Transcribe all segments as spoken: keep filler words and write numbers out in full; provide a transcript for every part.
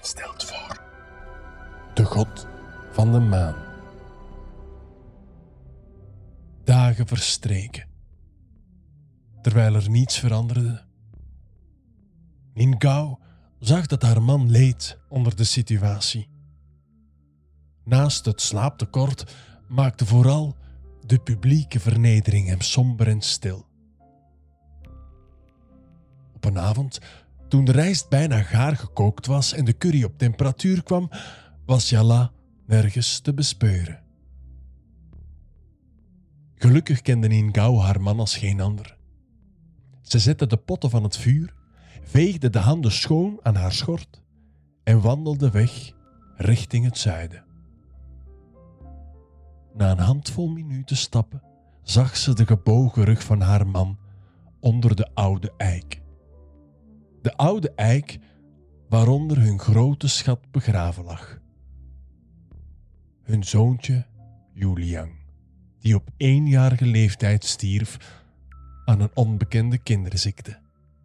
stelt voor de god van de maan. Dagen verstreken, terwijl er niets veranderde. Ningao zag dat haar man leed onder de situatie. Naast het slaaptekort maakte vooral de publieke vernedering hem somber en stil. Op een avond, toen de rijst bijna gaar gekookt was en de curry op temperatuur kwam, was Jala nergens te bespeuren. Gelukkig kende Ningao haar man als geen ander. Ze zette de potten van het vuur, veegde de handen schoon aan haar schort en wandelde weg richting het zuiden. Na een handvol minuten stappen zag ze de gebogen rug van haar man onder de oude eik. De oude eik waaronder hun grote schat begraven lag. Hun zoontje Yuliang, die op eenjarige leeftijd stierf aan een onbekende kinderziekte.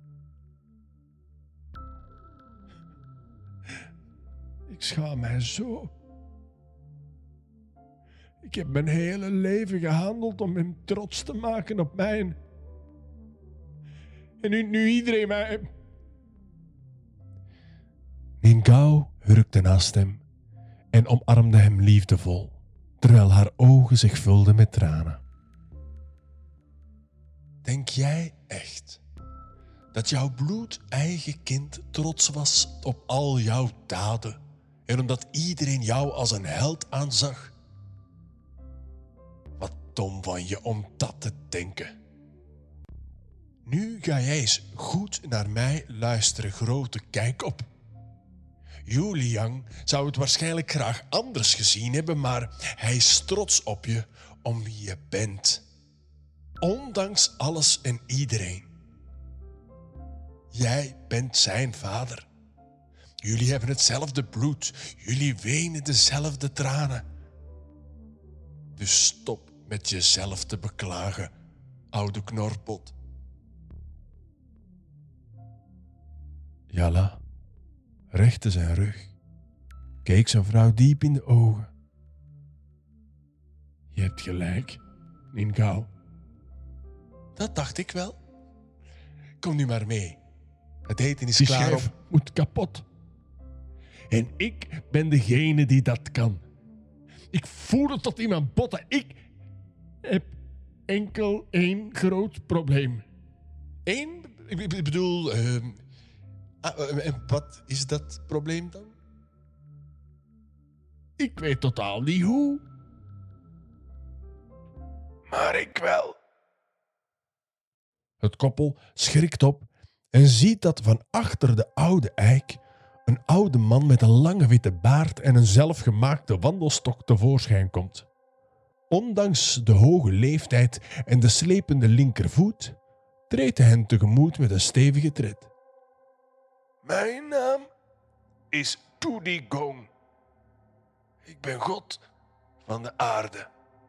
Ik schaam mij zo. Ik heb mijn hele leven gehandeld om hem trots te maken op mij. En nu, nu iedereen mij... Ningao hurkte naast hem en omarmde hem liefdevol, terwijl haar ogen zich vulden met tranen. Denk jij echt dat jouw bloedeigen kind trots was op al jouw daden en omdat iedereen jou als een held aanzag? Wat dom van je om dat te denken. Nu ga jij eens goed naar mij luisteren, grote kijkop. Yuliang zou het waarschijnlijk graag anders gezien hebben, maar hij is trots op je om wie je bent. Ondanks alles en iedereen. Jij bent zijn vader. Jullie hebben hetzelfde bloed. Jullie wenen dezelfde tranen. Dus stop met jezelf te beklagen, oude knorpot. Jala rechtte zijn rug, keek zijn vrouw diep in de ogen. Je hebt gelijk, Ningao. Dat dacht ik wel. Kom nu maar mee. Het eten is Die klaar. schijf op... moet kapot. En ik ben degene die dat kan. Ik voel het tot in mijn botten. Ik heb enkel één groot probleem. Eén? Ik bedoel... Uh, ah, en wat is dat probleem dan? Ik weet totaal niet hoe. Maar ik wel. Het koppel schrikt op en ziet dat van achter de oude eik een oude man met een lange witte baard en een zelfgemaakte wandelstok tevoorschijn komt. Ondanks de hoge leeftijd en de slepende linkervoet treedt hij hen tegemoet met een stevige tred. Mijn naam is Tudigong. Ik ben god van de aarde.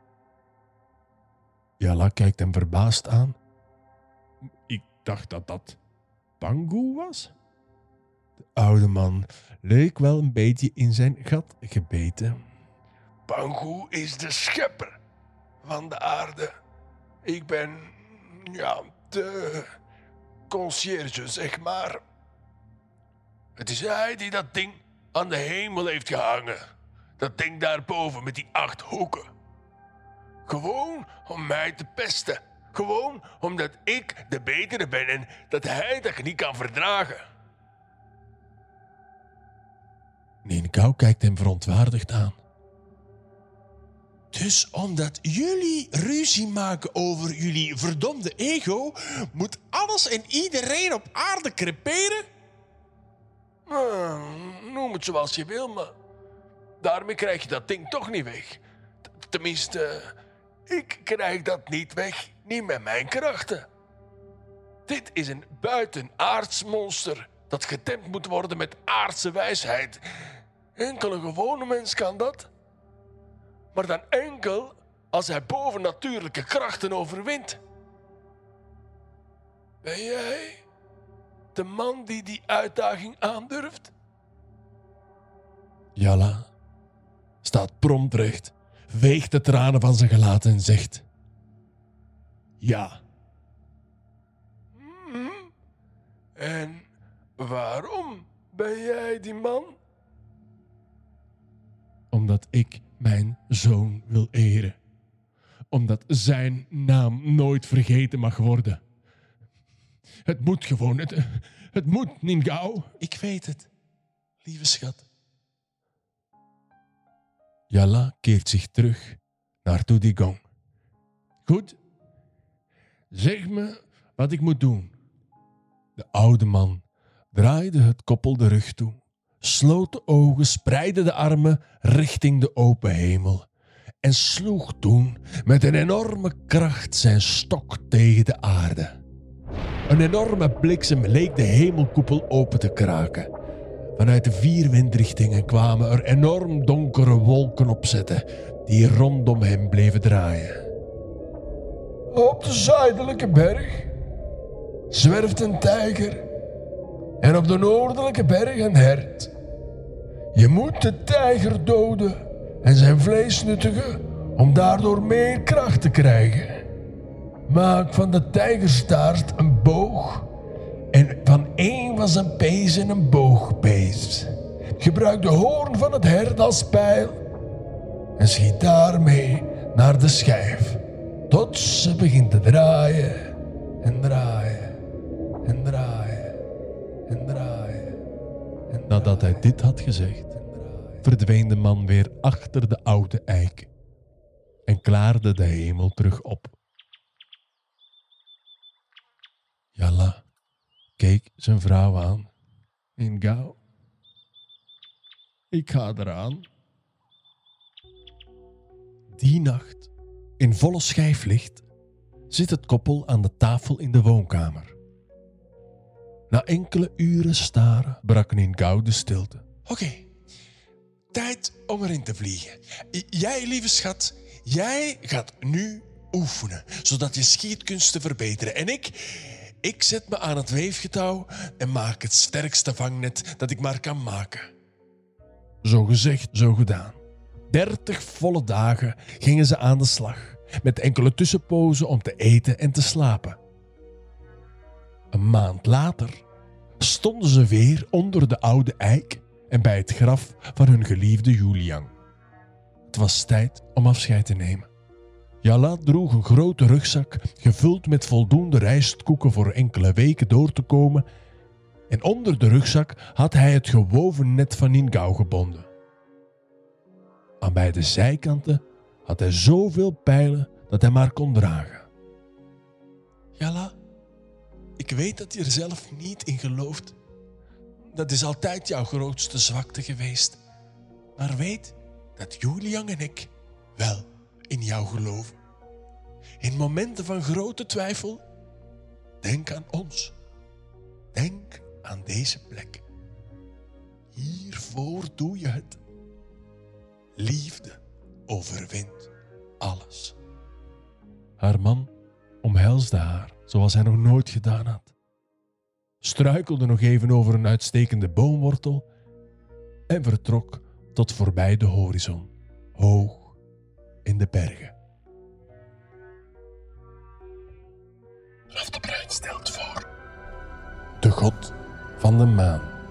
Jala kijkt hem verbaasd aan. Ik dacht dat dat Pangu was? De oude man leek wel een beetje in zijn gat gebeten. Pangu is de schepper van de aarde. Ik ben, ja, de conciërge, zeg maar. Het is hij die dat ding aan de hemel heeft gehangen. Dat ding daarboven met die acht hoeken. Gewoon om mij te pesten. Gewoon omdat ik de betere ben en dat hij dat niet kan verdragen. Ningao kijkt hem verontwaardigd aan. Dus omdat jullie ruzie maken over jullie verdomde ego, moet alles en iedereen op aarde creperen? Nou, noem het zoals je wil, maar daarmee krijg je dat ding toch niet weg. T- Tenminste, ik krijg dat niet weg, niet met mijn krachten. Dit is een buitenaards monster dat getemd moet worden met aardse wijsheid. Enkel een gewone mens kan dat. Maar dan enkel als hij bovennatuurlijke krachten overwint. Ben jij de man die die uitdaging aandurft? Jalla staat prompt recht, veegt de tranen van zijn gelaat en zegt: ja. Mhm. En waarom ben jij die man? Omdat ik mijn zoon wil eren. Omdat zijn naam nooit vergeten mag worden. Het moet gewoon, het, het moet, Ningao. Ik weet het, lieve schat. Jalla keert zich terug naar Tudigong. Goed, zeg me wat ik moet doen. De oude man draaide het koppel de rug toe, sloot de ogen, spreidde de armen richting de open hemel en sloeg toen met een enorme kracht zijn stok tegen de aarde. Een enorme bliksem leek de hemelkoepel open te kraken. Vanuit de vier windrichtingen kwamen er enorm donkere wolken opzetten die rondom hem bleven draaien. Op de zuidelijke berg zwerft een tijger en op de noordelijke berg een hert. Je moet de tijger doden en zijn vlees nuttigen om daardoor meer kracht te krijgen. Maak van de tijgerstaart een boog en van één van zijn pezen een boogpees. Gebruik de hoorn van het hert als pijl en schiet daarmee naar de schijf, tot ze begint te draaien en draaien en draaien en draaien. En Nadat hij dit had gezegd, verdween de man weer achter de oude eik en klaarde de hemel terug op. Jalla keek zijn vrouw aan. Ningao, ik ga eraan. Die nacht, in volle schijflicht, zit het koppel aan de tafel in de woonkamer. Na enkele uren staren brak Ningao de stilte. Oké, tijd om erin te vliegen. J- Jij, lieve schat, jij gaat nu oefenen, zodat je schietkunsten verbeteren. En ik, ik zet me aan het weefgetouw en maak het sterkste vangnet dat ik maar kan maken. Zo gezegd, zo gedaan. Dertig volle dagen gingen ze aan de slag, met enkele tussenpozen om te eten en te slapen. Een maand later stonden ze weer onder de oude eik en bij het graf van hun geliefde Julian. Het was tijd om afscheid te nemen. Jalla droeg een grote rugzak gevuld met voldoende rijstkoeken voor enkele weken door te komen en onder de rugzak had hij het gewoven net van Ningao gebonden. Aan beide zijkanten had hij zoveel pijlen dat hij maar kon dragen. Jalla, ik weet dat je er zelf niet in gelooft. Dat is altijd jouw grootste zwakte geweest. Maar weet dat Julian en ik wel in jou geloven. In momenten van grote twijfel, denk aan ons. Denk aan deze plek. Hiervoor doe je het. Liefde overwint alles. Haar man omhelsde haar zoals hij nog nooit gedaan had, struikelde nog even over een uitstekende boomwortel en vertrok tot voorbij de horizon, hoog in de bergen. Raf de Bruin stelt voor. De god van de maan.